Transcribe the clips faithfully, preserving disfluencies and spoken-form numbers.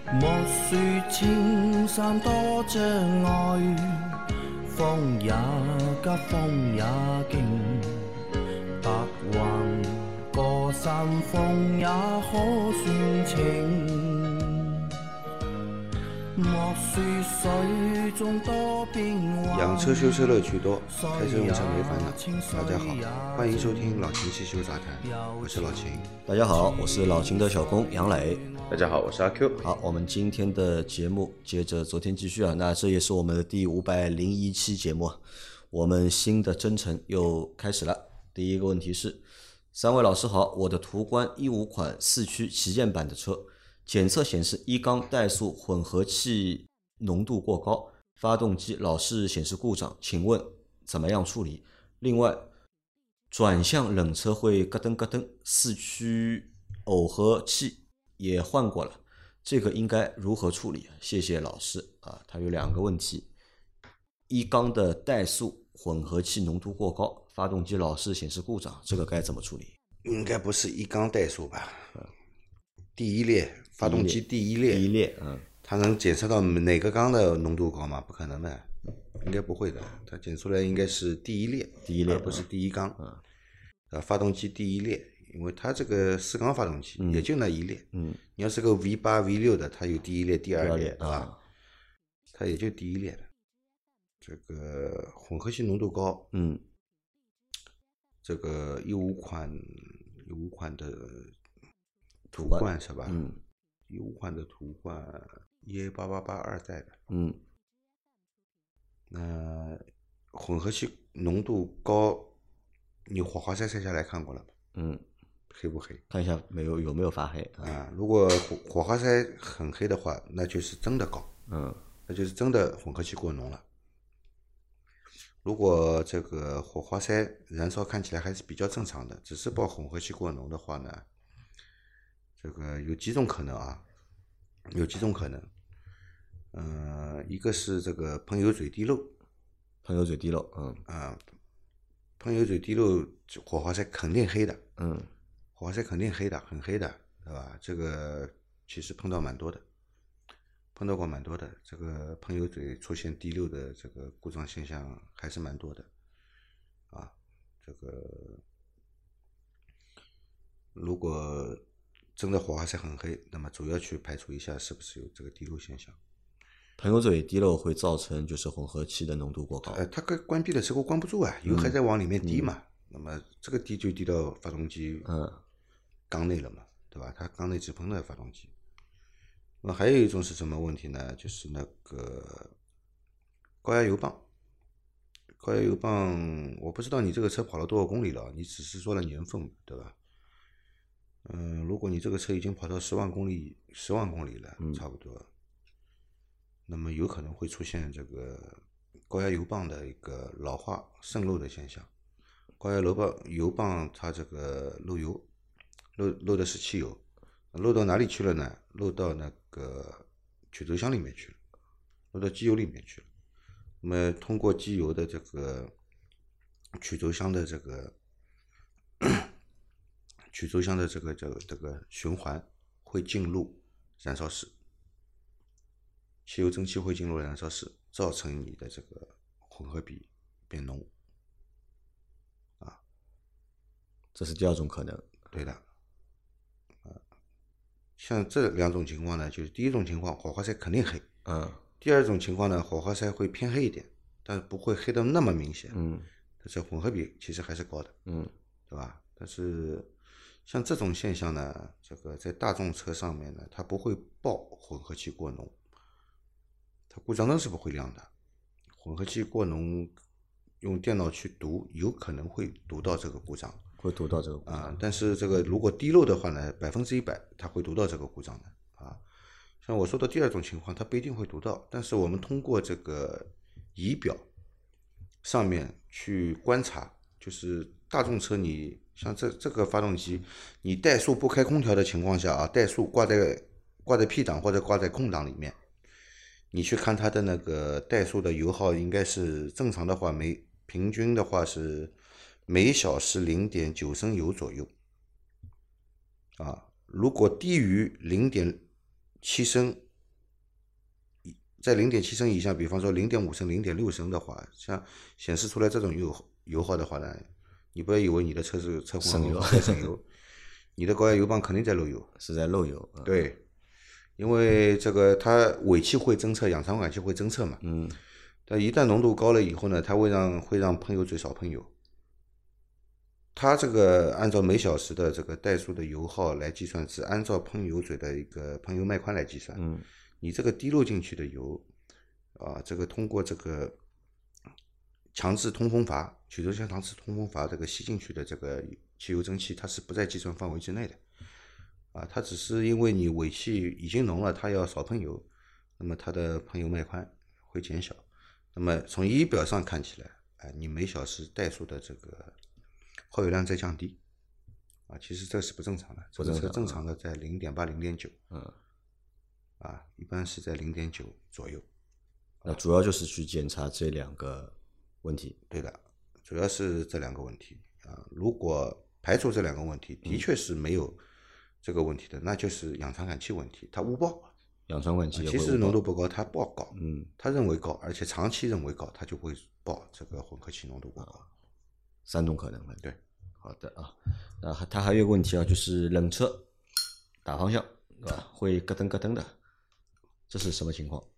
莫说青山多障碍，风也急，风也劲，白云过山峰也可算情。莫说水中多变幻， 养车修车乐趣多，开车用车没烦恼。大家好，欢迎收听老秦汽修杂谈，我是老秦。 大家好，我是老秦的小工杨磊。 大家好，我是阿 Q。 好，我们今天的节目接着昨天继续啊，那这也是我们的第五百零一期节目，我们新的征程又开始了。第一个问题是，三位老师好，我的途观一五款四驱旗舰版的车，检测显示一缸怠速混合气浓度过高，发动机老是显示故障，请问怎么样处理？另外，转向冷车会咯噔咯噔，四驱耦合器也换过了，这个应该如何处理？谢谢老师啊。它有两个问题，一缸的怠速混合气浓度过高，发动机老是显示故障，这个该怎么处理？ 应该不是一缸怠速吧？第一列发动机第一列， 第一列，嗯， 它能检测到哪个缸的浓度高吗？不可能的，应该不会的。它检出来应该是第一列， 第一列， 而不是第一缸。 嗯， 呃，发动机第一列，因为它这个四缸发动机也就那一列。 嗯， 你要是个 V 八 V 六的，它有第一列、第二列， 第二列对吧？ 啊， 它也就第一列的。这个混合气浓度高， 嗯， 这个一五款一五款的途观观是吧？ 嗯， 一五款的途观 E A 八八八二代的， 嗯， 那混合气浓度高，你火花塞拆下来看过了吗？ 嗯， 黑不黑？ 看一下没有有没有发黑啊？ 啊，如果火火花塞很黑的话，那就是真的高， 嗯， 那就是真的混合气过浓了。如果这个火花塞燃烧看起来还是比较正常的，只是报混合气过浓的话呢，这个有几种可能啊，有几种可能。呃，一个是这个喷油嘴滴漏， 喷油嘴滴漏，嗯， 啊，喷油嘴滴漏，火花塞肯定黑的， 嗯， 火花塞肯定黑的，很黑的，对吧？这个其实碰到蛮多的，碰到过蛮多的，这个喷油嘴出现滴漏的这个故障现象还是蛮多的，啊，这个如果真的火花塞很黑，那么主要去排除一下是不是有这个滴漏现象。 喷油嘴滴漏会造成就是混合气的浓度过高。 呃，它该关闭的时候关不住啊，油还在往里面滴嘛，嗯、那么这个滴就滴到发动机缸内了嘛，对吧？它缸内直喷的发动机。那么还有一种是什么问题呢？就是那个高压油泵。高压油泵，我不知道你这个车跑了多少公里了，你只是说了年份，对吧？嗯、呃，如果你这个车已经跑到十万公里、十万公里了， 嗯、 差不多。那么有可能会出现这个高压油泵的一个老化渗漏的现象。高压油泵油泵它这个漏油，漏漏的是汽油，漏到哪里去了呢？漏到那个曲轴箱里面去了，漏到机油里面去了。那么通过机油的这个曲轴箱的这个曲轴箱的这个这个这个循环会进入燃烧室。汽油蒸汽会进入燃烧室，造成你的这个混合比变浓，啊， 这是第二种可能。 对的，啊，像这两种情况呢，就是第一种情况火花塞肯定黑， 嗯， 第二种情况呢，火花塞会偏黑一点，但是不会黑的那么明显， 嗯， 但是混合比其实还是高的， 嗯， 对吧？但是像这种现象呢，这个在大众车上面呢，它不会报混合气过浓。它故障灯是不会亮的，混合气过浓，用电脑去读，有可能会读到这个故障， 会读到这个故障。 啊，但是这个如果滴漏的话呢，百分之一百它会读到这个故障的啊。像我说的第二种情况，它不一定会读到，但是我们通过这个仪表上面去观察，就是大众车你像这这个发动机，你怠速不开空调的情况下啊，怠速挂在挂在 P 档或者挂在空档里面。你去看它的那个怠速的油耗，应该是正常的话，每平均的话是每小时 零点九 升油左右，啊，如果低于 零点七 升在零点七升以下，比方说零点五升、零点六升的话，像显示出来这种油油耗的话呢，你不要以为你的车子车况很好在省油，你的高压油泵肯定在漏油， 是在漏油。嗯、 对，因为这个它尾气会侦测，氧传感器会侦测嘛。 嗯。 但一旦浓度高了以后呢，它会让会让喷油嘴少喷油。它这个按照每小时的这个怠速的油耗来计算，是按照喷油嘴的一个喷油脉宽来计算。 嗯， 你这个滴漏进去的油，啊，这个通过这个强制通风阀，曲轴箱强制通风阀这个吸进去的这个汽油蒸汽，它是不在计算范围之内的。啊，它只是因为你尾气已经浓了，它要少喷油，那么它的喷油脉宽会减小。那么从仪表上看起来，哎，你每小时怠速的这个耗油量在降低，啊，其实这是不正常的，这个车正常的在零点八、零点九， 嗯， 啊，一般是在零点九左右。 那主要就是去检查这两个问题。 对的，主要是这两个问题啊。如果排除这两个问题，的确是没有这个问题的，嗯、那就是氧传感器问题，它误报。 氧传感器其实浓度不高，它报高， 嗯， 它认为高，而且长期认为高，它就会报这个混合气浓度过高。 三种可能。 对， 好的啊。那它还有一个问题啊，就是冷车打方向，对吧？会咯噔咯噔的，这是什么情况？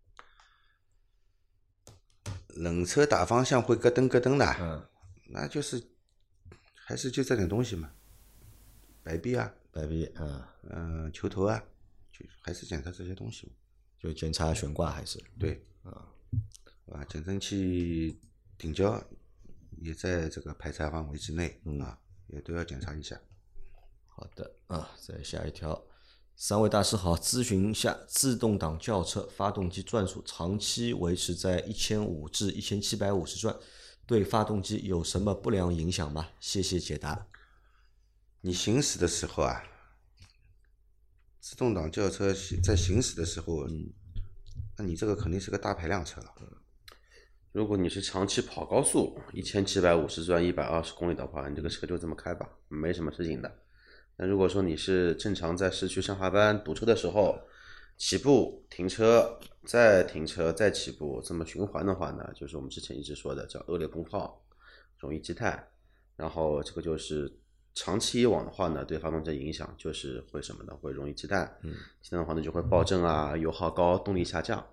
冷车打方向会咯噔咯噔的， 嗯， 那就是还是就这点东西嘛，摆臂啊， 摆臂，嗯嗯、呃，球头啊，就还是检查这些东西， 就检查悬挂还是对，啊、嗯，啊，减震器顶胶也在这个排查范围之内，嗯、啊，也都要检查一下。 好的啊，再下一条。三位大师好，咨询下自动挡轿车发动机转速长期维持在一千五至一千七百五十转，对发动机有什么不良影响吗？谢谢解答。 你行驶的时候啊，自动挡轿车在行驶的时候，嗯，那你这个肯定是个大排量车了。 如果你是长期跑高速，一千七百五十转、一百二十公里的话，你这个车就这么开吧，没什么事情的。那如果说你是正常在市区上下班堵车的时候，起步、停车、再停车、再起步，这么循环的话呢，就是我们之前一直说的叫恶劣功耗，容易积碳。然后这个就是长期以往的话呢，对发动机的影响就是会什么呢？会容易积碳，嗯，积碳的话呢就会爆震啊，油耗高，动力下降。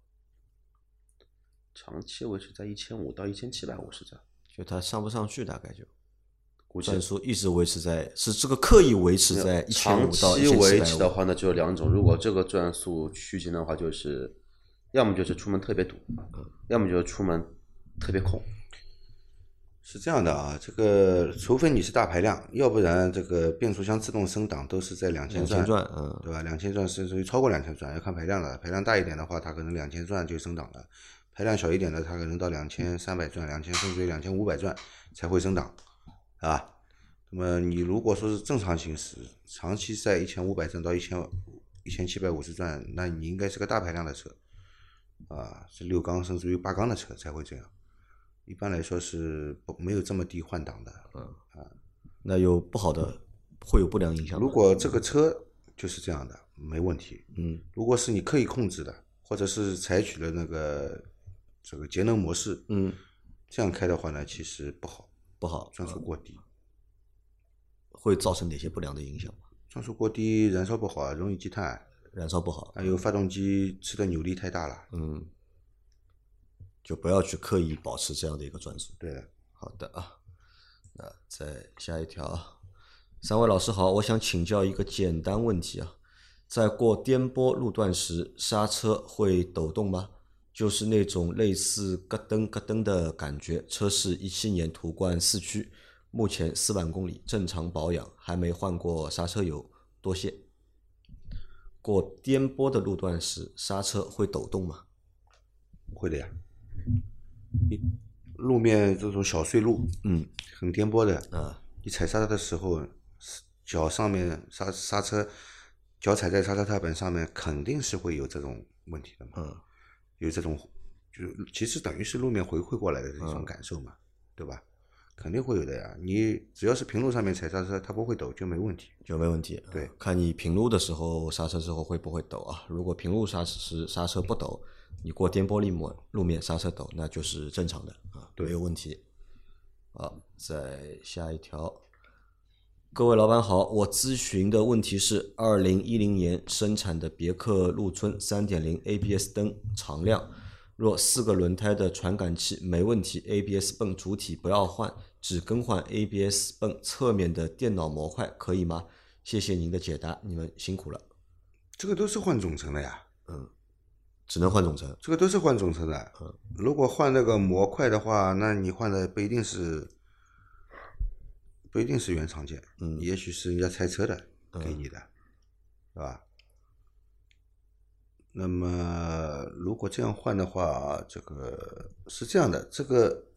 长期维持在一千五到一千七百五十转， 就它上不上去，大概就。 估计转速一直维持在，是这个刻意维持在一千五到一千七百五。 长期维持的话呢，就有两种。如果这个转速区间的话，就是要么就是出门特别堵，要么就是出门特别空。 是这样的啊，这个除非你是大排量，要不然这个变速箱自动升档都是在两千转， 转，嗯， 对吧？两千转甚至于超过两千转，要看排量了。排量大一点的话，它可能两千转就升档了；排量小一点的，它可能到两千三百转、两千甚至于两千五百转才会升档。啊，那么你如果说是正常行驶，长期在一千五百转到一千一千七百五十转，那你应该是个大排量的车，啊，是六缸甚至于八缸的车才会这样。一般来说是不没有这么低换挡的， 嗯啊， 那有不好的，会有不良影响吗？ 如果这个车就是这样的，没问题。 嗯， 如果是你刻意控制的，或者是采取了那个这个节能模式， 嗯， 这样开的话呢，其实不好。 不好， 转速过低， 会造成哪些不良的影响？ 转速过低，燃烧不好，容易积碳， 燃烧不好， 还有发动机吃的扭力太大了。 嗯，就不要去刻意保持这样的一个转速。 对的。 好的啊，那再下一条啊，三位老师好，我想请教一个简单问题啊，在过颠簸路段时，刹车会抖动吗？就是那种类似咯噔咯噔的感觉。车是一七年途观四驱，目前四万公里，正常保养，还没换过刹车油，多谢。过颠簸的路段时，刹车会抖动吗？ 会的呀，路面这种小碎路， 嗯， 很颠簸的， 啊， 你踩刹车的时候，脚上面刹刹车，脚踩在刹车踏板上面，肯定是会有这种问题的嘛。 嗯。 有这种，就其实等于是路面回馈过来的这种感受嘛，嗯、对吧？ 肯定会有的呀。你只要是平路上面踩刹车，它不会抖就没问题。 就没问题。 对， 看你平路的时候刹车之后会不会抖啊？如果平路刹时刹车不抖，你过颠簸路面路面刹车抖，那就是正常的啊，没有问题。好，再下一条。各位老板好，我咨询的问题是二零一零年生产的别克陆村 三点零 A B S 灯常亮，若四个轮胎的传感器没问题 ，A B S 泵主体不要换，只更换 A B S 泵侧面的电脑模块可以吗？谢谢您的解答，你们辛苦了。 这个都是换总成的呀， 嗯，只能换总成。 这个都是换总成的。 嗯， 如果换那个模块的话，那你换的不一定是不一定是原厂件， 嗯， 也许是人家拆车的给你的，是吧？那么如果这样换的话，这个是这样的，这个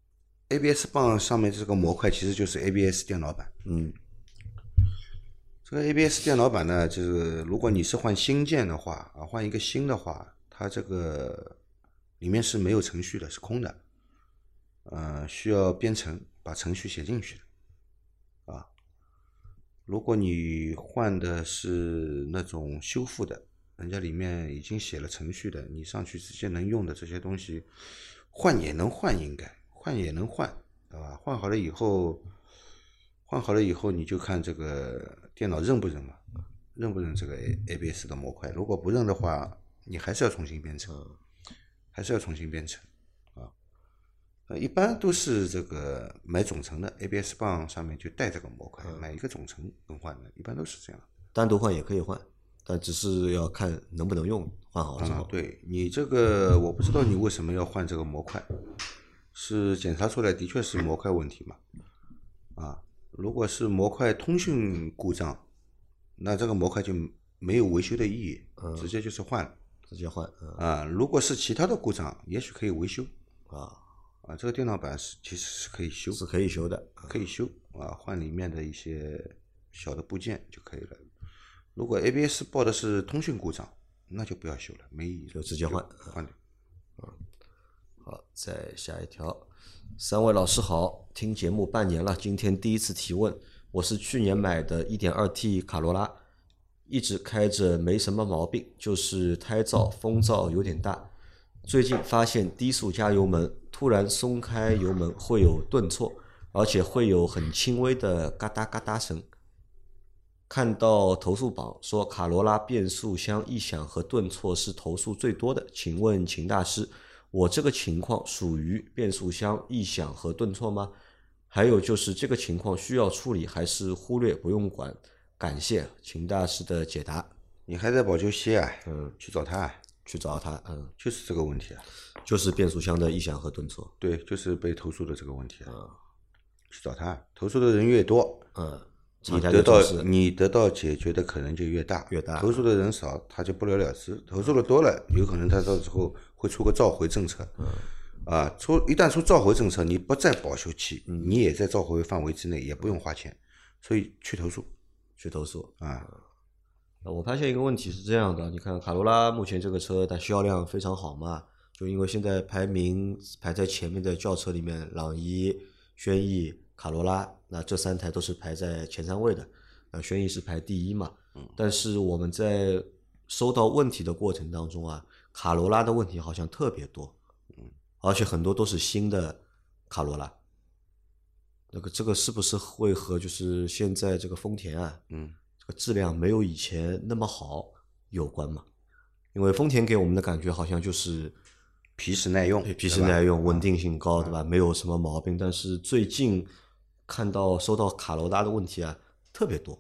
A B S 泵上面这个模块其实就是 A B S 电脑板。 嗯， 这个 A B S 电脑板呢，就是如果你是换新件的话啊，换一个新的话，它这个里面是没有程序的，是空的，呃，需要编程把程序写进去的。啊，如果你换的是那种修复的，人家里面已经写了程序的，你上去直接能用的这些东西，换也能换，应该换也能换，对吧？换好了以后，换好了以后你就看这个电脑认不认了，认不认这个 A B S 的模块。如果不认的话，你还是要重新编程，还是要重新编程。呃，一般都是这个买总成的 A B S 泵上面就带这个模块，买一个总成更换的，一般都是这样。 单独换也可以换，但只是要看能不能用，换好之后。 啊，对你这个，我不知道你为什么要换这个模块，是检查出来的确是模块问题嘛？啊，如果是模块通讯故障，那这个模块就没有维修的意义， 嗯， 直接就是换了， 直接换。嗯， 啊，如果是其他的故障，也许可以维修。 啊。 啊，这个电脑板是其实是可以修， 是可以修的， 可以修啊，换里面的一些小的部件就可以了。如果 A B S 报的是通讯故障，那就不要修了，没意义， 就直接换， 换掉。 嗯，好，再下一条。三位老师好，听节目半年了，今天第一次提问。我是去年买的 一点二 T 卡罗拉，一直开着没什么毛病，就是胎噪、风噪有点大。最近发现低速加油门突然松开油门会有顿挫，而且会有很轻微的嘎哒嘎哒声。看到投诉榜说卡罗拉变速箱异响和顿挫是投诉最多的，请问秦大师，我这个情况属于变速箱异响和顿挫吗？还有就是这个情况需要处理还是忽略不用管？感谢秦大师的解答。 你还在保修期啊？ 嗯， 去找他啊。 去找他，嗯， 就是这个问题啊， 就是变速箱的异响和顿挫， 对，就是被投诉的这个问题啊，嗯，去找他，投诉的人越多， 嗯， 你得到你得到解决的可能就越大， 越大， 投诉的人少，他就不了了之，投诉的多了，有可能他到时候会出个召回政策，嗯，啊，出一旦出召回政策，你不在保修期，嗯，你也在召回范围之内，也不用花钱，所以去投诉， 去投诉啊。 我发现一个问题是这样的，你看卡罗拉目前这个车它销量非常好嘛，就因为现在排名排在前面的轿车里面，朗逸、轩逸、卡罗拉，那这三台都是排在前三位的，那轩逸是排第一嘛。但是我们在收到问题的过程当中啊，卡罗拉的问题好像特别多，而且很多都是新的卡罗拉。那个这个是不是会和就是现在这个丰田啊，嗯。质量没有以前那么好有关嘛？因为丰田给我们的感觉好像就是皮实耐用， 皮实耐用，稳定性高，对吧？没有什么毛病。但是最近看到收到卡罗拉的问题啊，特别多，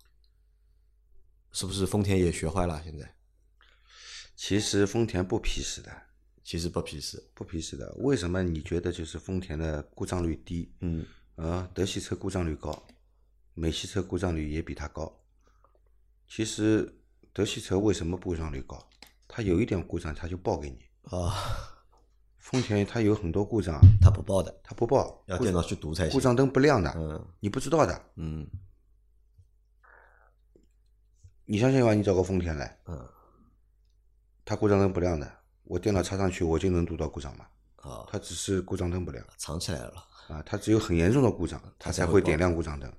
是不是丰田也学坏了？现在其实丰田不皮实的， 其实不皮实， 不皮实的。为什么你觉得就是丰田的故障率低？嗯，啊，德系车故障率高，美系车故障率也比它高。其实德系车为什么故障率高？它有一点故障它就报给你啊。 丰田它有很多故障， 它不报的， 它不报， 要电脑去读才行。 故障灯不亮的， 嗯， 你不知道的， 嗯。 你相信吧？你找个丰田来， 嗯， 它故障灯不亮的，我电脑插上去我就能读到故障吗？ 啊， 它只是故障灯不亮藏起来了啊，它只有很严重的故障，它才会点亮故障灯。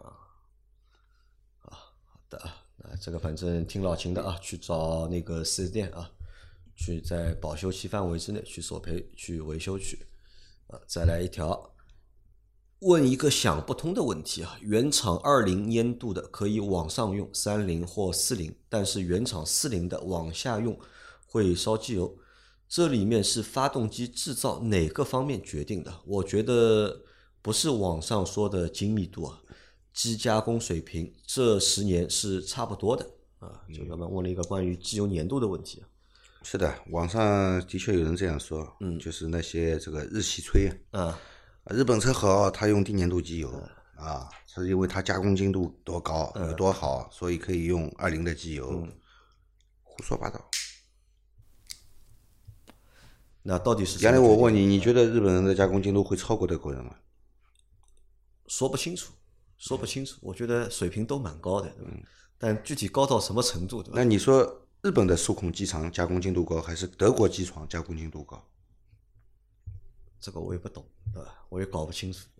的啊。那这个反正听老秦的啊，去找那个四 S 店啊，去在保修期范围之内去索赔去维修去。啊，再来一条，问一个想不通的问题啊，原厂二零粘度的可以往上用三零或四零，但是原厂四零的往下用会烧机油，这里面是发动机制造哪个方面决定的？我觉得不是网上说的精密度啊，机加工水平这十年是差不多的啊。就刚刚问了一个关于机油粘度的问题啊。 是的，网上的确有人这样说，嗯，就是那些这个日系吹啊， 日本车好，它用低粘度机油、嗯、啊，是因为它加工精度多高、嗯、有多好，所以可以用二零的机油、嗯，胡说八道。 那到底是原来我问你，你觉得日本人的加工精度会超过德国人吗？ 说不清楚，说不清楚。我觉得水平都蛮高的，对吧？嗯、但具体高到什么程度，对吧？ 那你说日本的数控机床加工精度高，还是德国机床加工精度高？ 这个我也不懂，对吧？我也搞不清楚。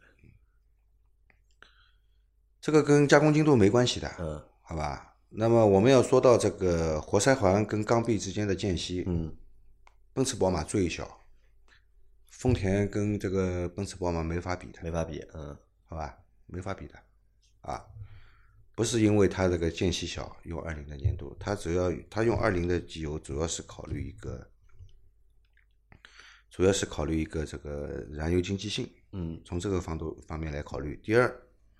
这个跟加工精度没关系的， 嗯， 好吧？那么我们要说到这个活塞环跟缸壁之间的间隙， 嗯， 奔驰宝马最小，丰田跟这个奔驰宝马没法比的， 没法比，嗯， 好吧，没法比的，啊，不是因为它这个间隙小用二零的粘度，它主要它用二零的机油主要是考虑一个，主要是考虑一个这个燃油经济性， 嗯， 从这个方度方面来考虑。第二，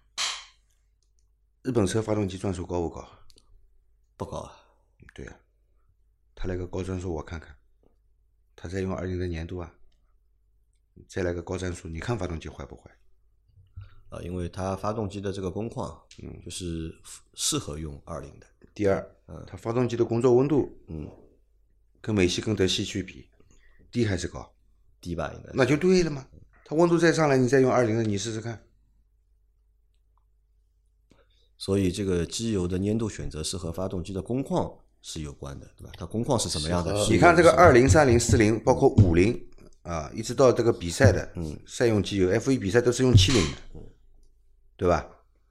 日本车发动机转速高不高？ 不高啊。 对啊，它来个高转速我看看，它再用二零的粘度啊，再来个高转速，你看发动机坏不坏？ 啊，因为它发动机的这个工况，嗯，就是适合用二零的。 第二，嗯，它发动机的工作温度， 嗯， 跟美系跟德系去比，低还是高？ 低吧，应该。 那就对了嘛，它温度再上来，你再用二零的，你试试看。 所以这个机油的粘度选择是和发动机的工况是有关的，对吧？它工况是什么样的？ 你看这个二零、三零、四零，包括五零啊，一直到这个比赛的，嗯，赛用机油 F 一 比赛都是用七零的，嗯，对吧？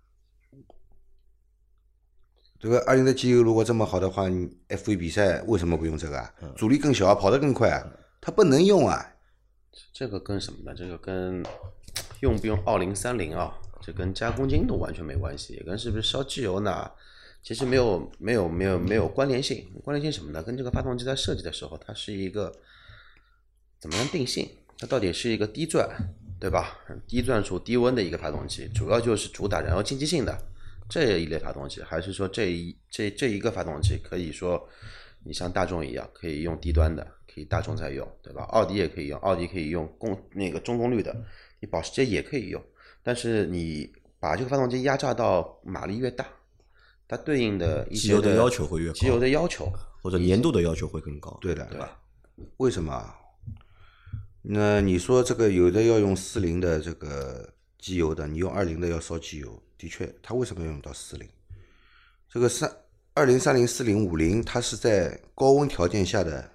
这个二零的机油如果这么好的话，你 F 一 比赛为什么不用这个啊？嗯、阻力更小，跑得更快、啊，它不能用啊。 这个跟什么呢？这个跟用不用二零、三零啊？这跟加工精度完全没关系，也跟是不是烧机油呢，其实没有没有没有没有关联性。关联性什么呢？跟这个发动机在设计的时候，它是一个怎么样定性？它到底是一个低转，对吧？低转速、低温的一个发动机，主要就是主打燃油经济性的这一类发动机，还是说这一这这一个发动机可以说你像大众一样可以用低端的，可以大众在用，对吧？奥迪也可以用，奥迪可以用功那个中功率的，你保时捷也可以用。但是你把这个发动机压榨到马力越大，它对应的一些机油的要求会越高， 机油的要求或者粘度的要求会更高。 对的， 对吧？ 为什么？那你说这个有的要用四零的这个机油的，你用二零的要烧机油，的确，它为什么要用到四零？这个三二零、三零、四零、五零，它是在高温条件下的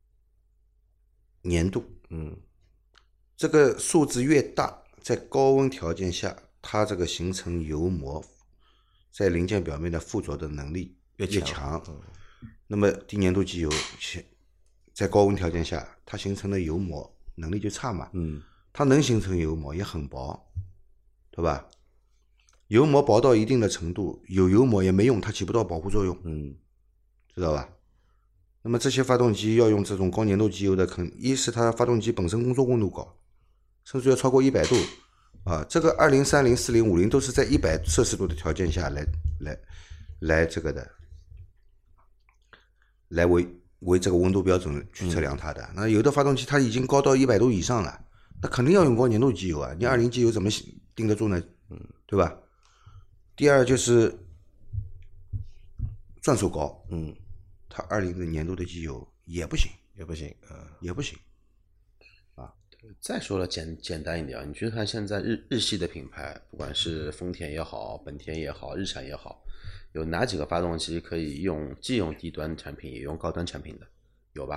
粘度， 嗯， 这个数字越大。在高温条件下，它这个形成油膜在零件表面的附着的能力越强，越强嗯、那么低粘度机油在高温条件下，它形成的油膜能力就差嘛。 嗯， 它能形成油膜也很薄，对吧？油膜薄到一定的程度，有油膜也没用，它起不到保护作用。 嗯， 知道吧？那么这些发动机要用这种高粘度机油的，肯一是它发动机本身工作温度高。甚至要超过一百度啊！这个二零、三零、四零、五零都是在一百摄氏度的条件下来来来这个的，来为为这个温度标准去测量它的。嗯、那有的发动机它已经高到一百度以上了，那肯定要用高粘度机油啊！你二零机油怎么顶得住呢？嗯，对吧？第二就是转速高， 嗯， 它二零的粘度的机油也不行， 也不行， 呃，也不行。 再说了简简单一点，你去看现在日日系的品牌，不管是丰田也好，本田也好，日产也好，有哪几个发动机可以用既用低端产品也用高端产品的？有吧？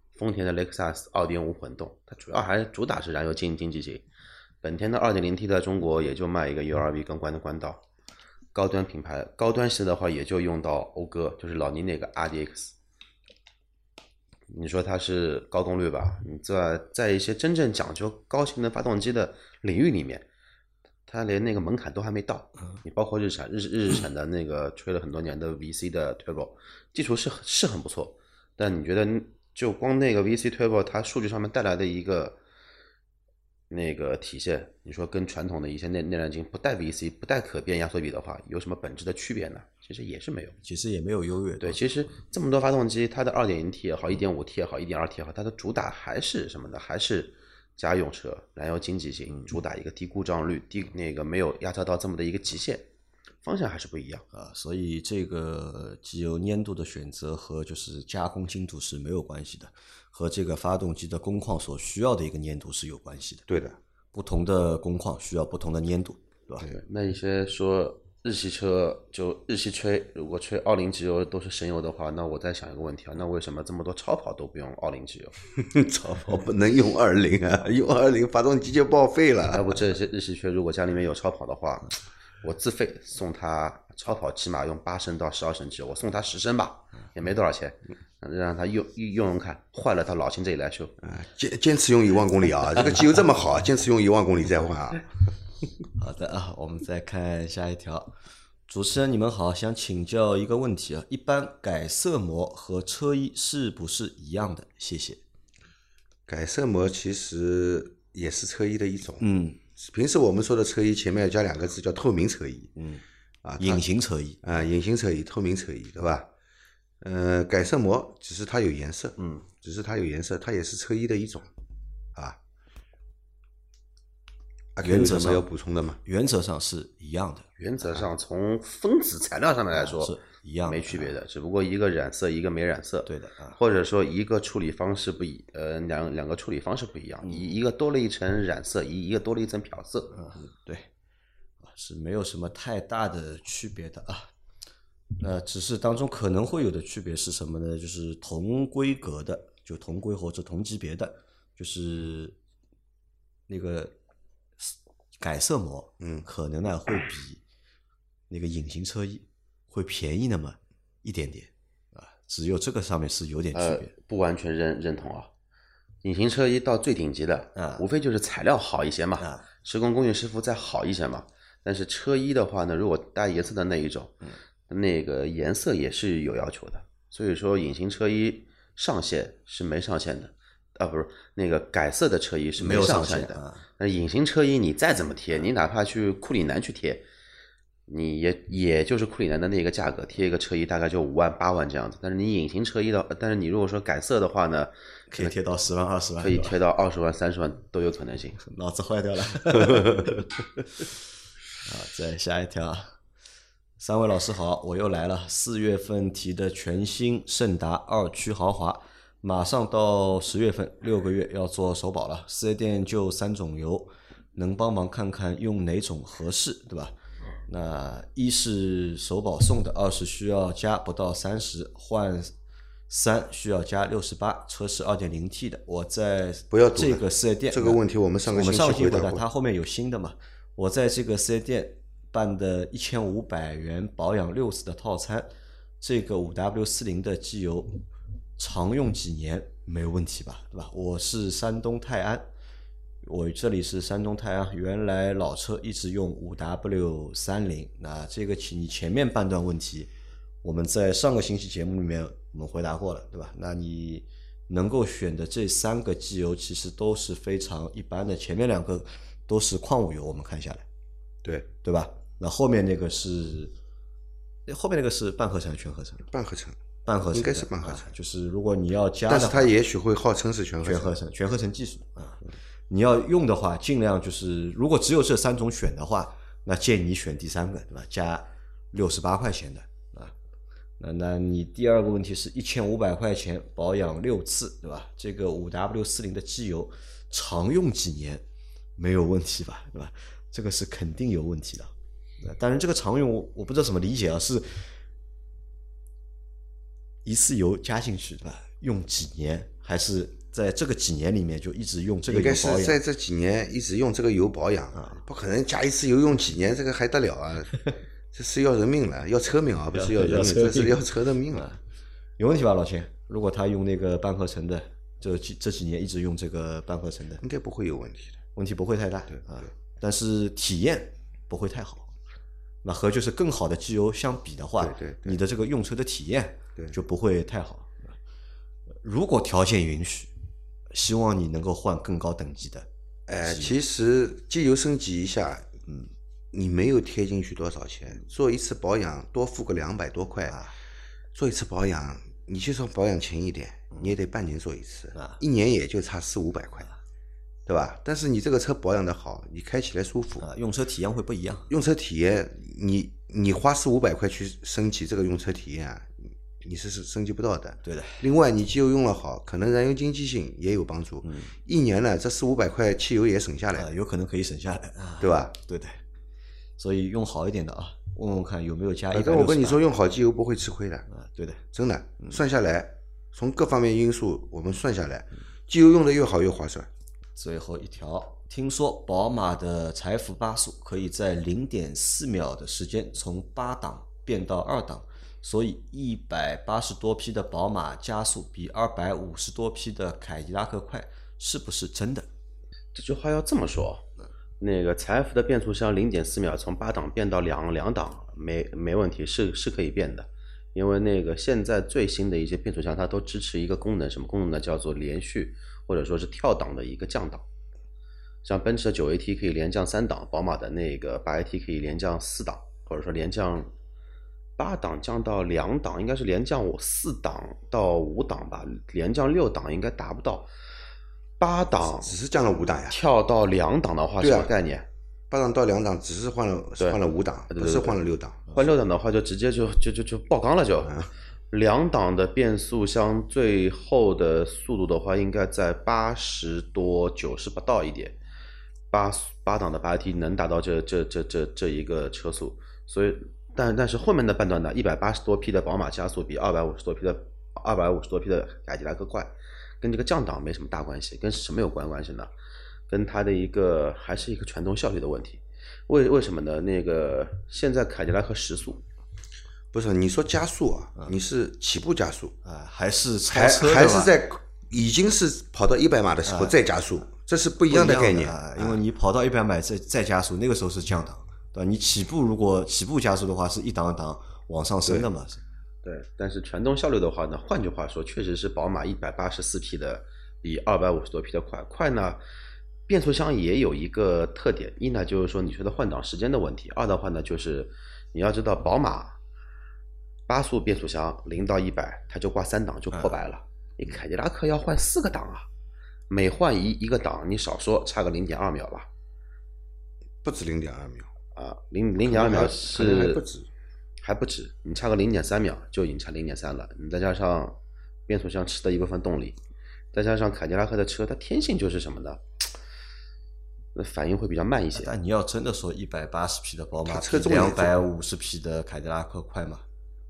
丰田的雷克萨斯 二点五 混动，它主要还是主打是燃油经经济型。本田的 二点零 T 在中国也就卖一个 U R V 跟关的关道，高端品牌高端系的话也就用到讴歌，就是老倪那个 R D X。你说它是高功率吧？你在在一些真正讲究高性能发动机的领域里面，它连那个门槛都还没到。你包括日产日日产的那个吹了很多年的 V C 的 Turbo， 技术是是很不错，但你觉得就光那个 V C Turbo 它数据上面带来的一个那个体现，你说跟传统的一些内内燃机不带 V C 不带可变压缩比的话，有什么本质的区别呢？其实也是没有， 其实也没有优越。 对，其实这么多发动机，它的 二点零 T 也好 一点五 T 也好 一点二 T 也好，它的主打还是什么呢？还是家用车，燃油经济型，主打一个低故障率，低那个没有压榨到这么的一个极限，方向还是不一样啊。所以这个机油粘度的选择和就是加工精度是没有关系的，和这个发动机的工况所需要的一个粘度是有关系的。 对的， 不同的工况需要不同的粘度，对吧？ 对，那一些说日系车就日系吹，如果吹二零机油都是神油的话，那我在想一个问题啊，那为什么这么多超跑都不用二零机油？ 超跑不能用二零啊，用二零发动机就报废了。 要不这些日系车如果家里面有超跑的话，我自费送他超跑，起码用八升到十二升机油，我送他十升吧，也没多少钱，让他用用用看，坏了到老秦这里来修。 啊，坚坚持用一万公里啊，这个机油这么好，坚持用一万公里再换啊。 好的啊，我们再看下一条。主持人你们好，想请教一个问题啊，一般改色膜和车衣是不是一样的？谢谢。 改色膜其实也是车衣的一种， 嗯， 平时我们说的车衣前面要加两个字叫透明车衣， 嗯， 啊， 隐形车衣啊，隐形车衣、透明车衣，对吧？呃，改色膜只是它有颜色， 嗯， 只是它有颜色，它也是车衣的一种，啊。啊， 原则上有什么要补充的吗？ 原则上是一样的， 原则上从分子材料上面来说是一样的， 没区别的，只不过一个染色，一个没染色。 对的啊， 或者说一个处理方式不一，呃，两两个处理方式不一样，一一个多了一层染色，一一个多了一层漂色。 嗯，对，是没有什么太大的区别的啊。呃，只是当中可能会有的区别是什么呢？就是同规格的，就同规或者同级别的，就是那个改色膜， 嗯， 可能呢会比那个隐形车衣会便宜那么一点点啊，只有这个上面是有点区别。 呃，不完全认认同啊。隐形车衣到最顶级的， 啊， 无非就是材料好一些嘛， 啊， 施工工艺师傅再好一些嘛。但是车衣的话呢，如果带颜色的那一种， 嗯， 那个颜色也是有要求的。所以说，隐形车衣上限是没上限的，啊，不是那个改色的车衣是没有上的。 限啊， 那隐形车衣你再怎么贴，你哪怕去库里南去贴，你也也就是库里南的那个价格，贴一个车衣大概就五万八万这样子。但是你隐形车衣的，但是你如果说改色的话呢， 可以贴到十万二十万， 可以贴到二十万三十万都有可能性。 脑子坏掉了。啊，再下一条。三位老师好，我又来了。四月份提的全新胜达二驱豪华，马上到十月份，六个月要做首保了。四 S 店就三种油，能帮忙看看用哪种合适，对吧？那一是首保送的，二是需要加不到三十，换三需要加六十八，车是 二点零 T 的。我在不要赌了这个四 S 店， 这个问题我们上个我们星上个星期回答， 期回答过它后面有新的嘛？我在这个四 S 店办的一千五百元保养六次的套餐，这个 五 W 四十 的机油常用几年没有问题吧？对吧？我是山东泰安，我这里是山东泰安，原来老车一直用 五 W 三十，那这个你前面半段问题我们在上个星期节目里面我们回答过了，对吧？那你能够选的这三个机油其实都是非常一般的，前面两个都是矿物油，我们看下来， 对对吧？那后面那个是，后面那个是半合成还是全合成？ 半合成， 半合成应该是半合成， 啊，就是如果你要加的话， 但是它也许会号称是全合成。 全合成，全合成技术啊。你要用的话，尽量就是如果只有这三种选的话，那建议你选第三个，对吧？加六十八块钱的啊。那那你第二个问题是一千五百块钱保养六次，对吧？这个 五 W 四十 的机油常用几年没有问题吧？对吧？这个是肯定有问题的。当然这个常用我不知道怎么理解啊，是一次油加进去，对吧？用几年， 还是在这个几年里面就一直用这个应该是油保养？ 在这几年一直用这个油保养，不可能加一次油用几年，这个还得了啊？这是要人命了，要车命啊，不是要人命，这是要车的命了。 有问题吧，老钱？如果他用那个半合成的，这几这几年一直用这个半合成的， 应该不会有问题的， 问题不会太大， 对啊，但是体验不会太好。那和就是更好的机油相比的话， 对对对你的这个用车的体验对就不会太好。如果条件允许，希望你能够换更高等级的。 哎，其实机油升级一下，嗯，你没有贴进去多少钱，做一次保养多付个两百多块，啊、做一次保养，你就算保养勤一点，你也得半年做一次，啊、一年也就差四五百块。对吧？但是你这个车保养的好，你开起来舒服， 啊，用车体验会不一样。 用车体验，你你花四五百块去升级这个用车体验啊，你是是升级不到的。 对的。 另外，你机油用了好，可能燃油经济性也有帮助。嗯。一年呢，这四五百块汽油也省下来、 啊，有可能可以省下来，啊、 对吧？ 对的。所以用好一点的啊，问问看有没有加一百六十。 但我跟你说，用好机油不会吃亏的。 啊，对的， 真的，算下来，从各方面因素我们算下来，机油用的越好越划算。 最后一条，听说宝马的财富八速可以在 零点四秒的时间从八档变到二档，所以一百八十多匹的宝马加速比二百五十多匹的凯迪拉克快，是不是真的？ 这句话要这么说，那个财富的变速箱 零点四秒从八档变到两两档没没问题，是是可以变的。因为那个现在最新的一些变速箱它都支持一个功能，什么功能呢？叫做连续或者说是跳档的一个降档。像奔驰的 九 A T 可以连降三档，宝马的那个 八 A T 可以连降四档，或者说连降八档降到两档，应该是连降我四档到五档吧，连降六档应该达不到。八档只是降了五档呀， 跳到两档的话是什么概念？ 八档到两档只是换了换了五档，不是换了六档。 换六档的话就直接就就就就爆缸了就。嗯、两档的变速箱最后的速度的话，应该在八十多九十不到一点。八八档的八 A T 能达到这这这这这一个车速，所以但但是后面的半段呢，一百八十多匹的宝马加速比二百五十多匹的二百五十多匹的凯迪拉克快，跟这个降档没什么大关系，跟什么有关关系呢？跟它的一个还是一个传动效率的问题。为为什么呢？那个现在凯迪拉克时速不是你说加速啊，嗯、你是起步加速啊，还是超还车还是在已经是跑到一百码的时候再加速？啊这是不一样的概念， 啊、因为你跑到一百码再再加速，那个时候是降档，对吧？你起步如果起步加速的话，是一档一档往上升的嘛。 对，对但是传动效率的话呢，换句话说，确实是宝马一百八十四匹的比二百五十多匹的快。快呢，变速箱也有一个特点，一呢就是说你说的换挡时间的问题，二的话呢就是你要知道宝马八速变速箱零到一百它就挂三档就破百了，你、嗯、凯迪拉克要换四个档啊。每换一一个档，你少说差个零点二秒吧， 不止零点二秒啊，零零点二秒是还不止， 还不止，你差个零点三秒就已经差零点三了。你再加上变速箱吃的一部分动力，再加上凯迪拉克的车，它天性就是什么呢？那反应会比较慢一些。 但你要真的说一百八十匹的宝马比两百五十匹的凯迪拉克快吗？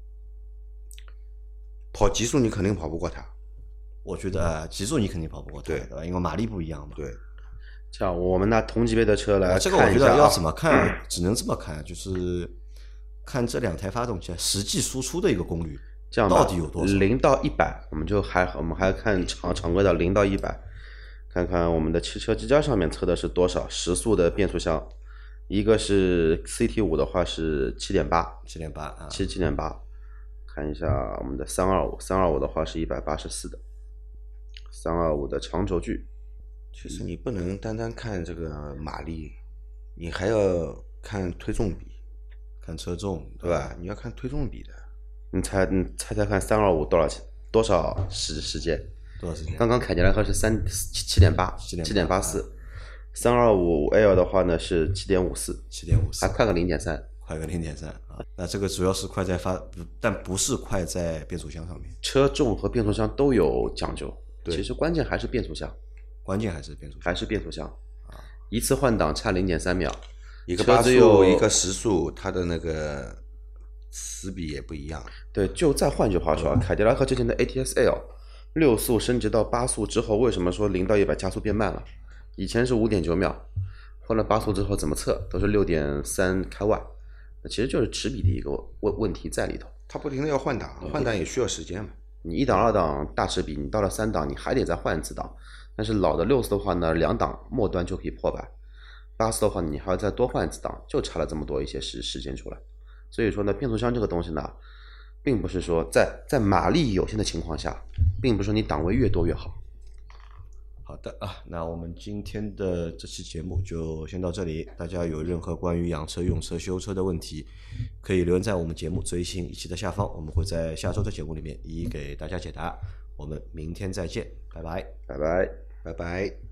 跑极速你肯定跑不过它。 我觉得啊，极速你肯定跑不过它， 对吧？因为马力不一样嘛。 对， 像我们拿同级别的车来看一下、啊、 这个我觉得要怎么看，只能这么看，就是看这两台发动机实际输出的一个功率， 这样到底有多少？ 零到一百，我们就还我们还看常常规的零到一百，看看我们的汽车之家上面测的是多少时速的变速箱，一个是 C T 五 的话是七点八， 七点八啊， 七七点八，看一下我们的三二五，三二五的话是一百八十四的。三二五的长轴距， 其实你不能单单看这个马力，你还要看推重比， 看车重， 对吧？你要看推重比的。 你猜，你猜猜看，三二五多少钱？多少时时间？ 多少时间？ 刚刚凯迪拉克是三七七点八，七点八四，三二五 L 的话呢是七点五四， 七点五四， 还快个零点三， 快个零点三啊。那这个主要是快在发，但不是快在变速箱上面。 车重和变速箱都有讲究。其实关键还是变速箱， 关键还是变速箱， 还是变速箱啊！一次换挡差零点三秒， 一个八速一个十速，它的那个齿比也不一样。 对，就再换句话说，凯迪拉克之前的 A T S L 六速升级到八速之后，为什么说零到一百加速变慢了？以前是五点九秒，换了八速之后怎么测都是六点三开外，其实就是齿比的一个问问题在里头。 它不停的要换挡，换挡也需要时间嘛。 你一档二档大齿比，你到了三档你还得再换一次档。但是老的六速的话呢，两档末端就可以破百，八速的话你还要再多换一次档，就差了这么多一些时时间出来。所以说呢，变速箱这个东西呢，并不是说在在马力有限的情况下，并不是说你档位越多越好。 好的啊，那我们今天的这期节目就先到这里。大家有任何关于养车、用车、修车的问题，可以留言在我们节目最新一期的下方，我们会在下周的节目里面一一给大家解答。我们明天再见，拜拜， 拜拜， 拜拜。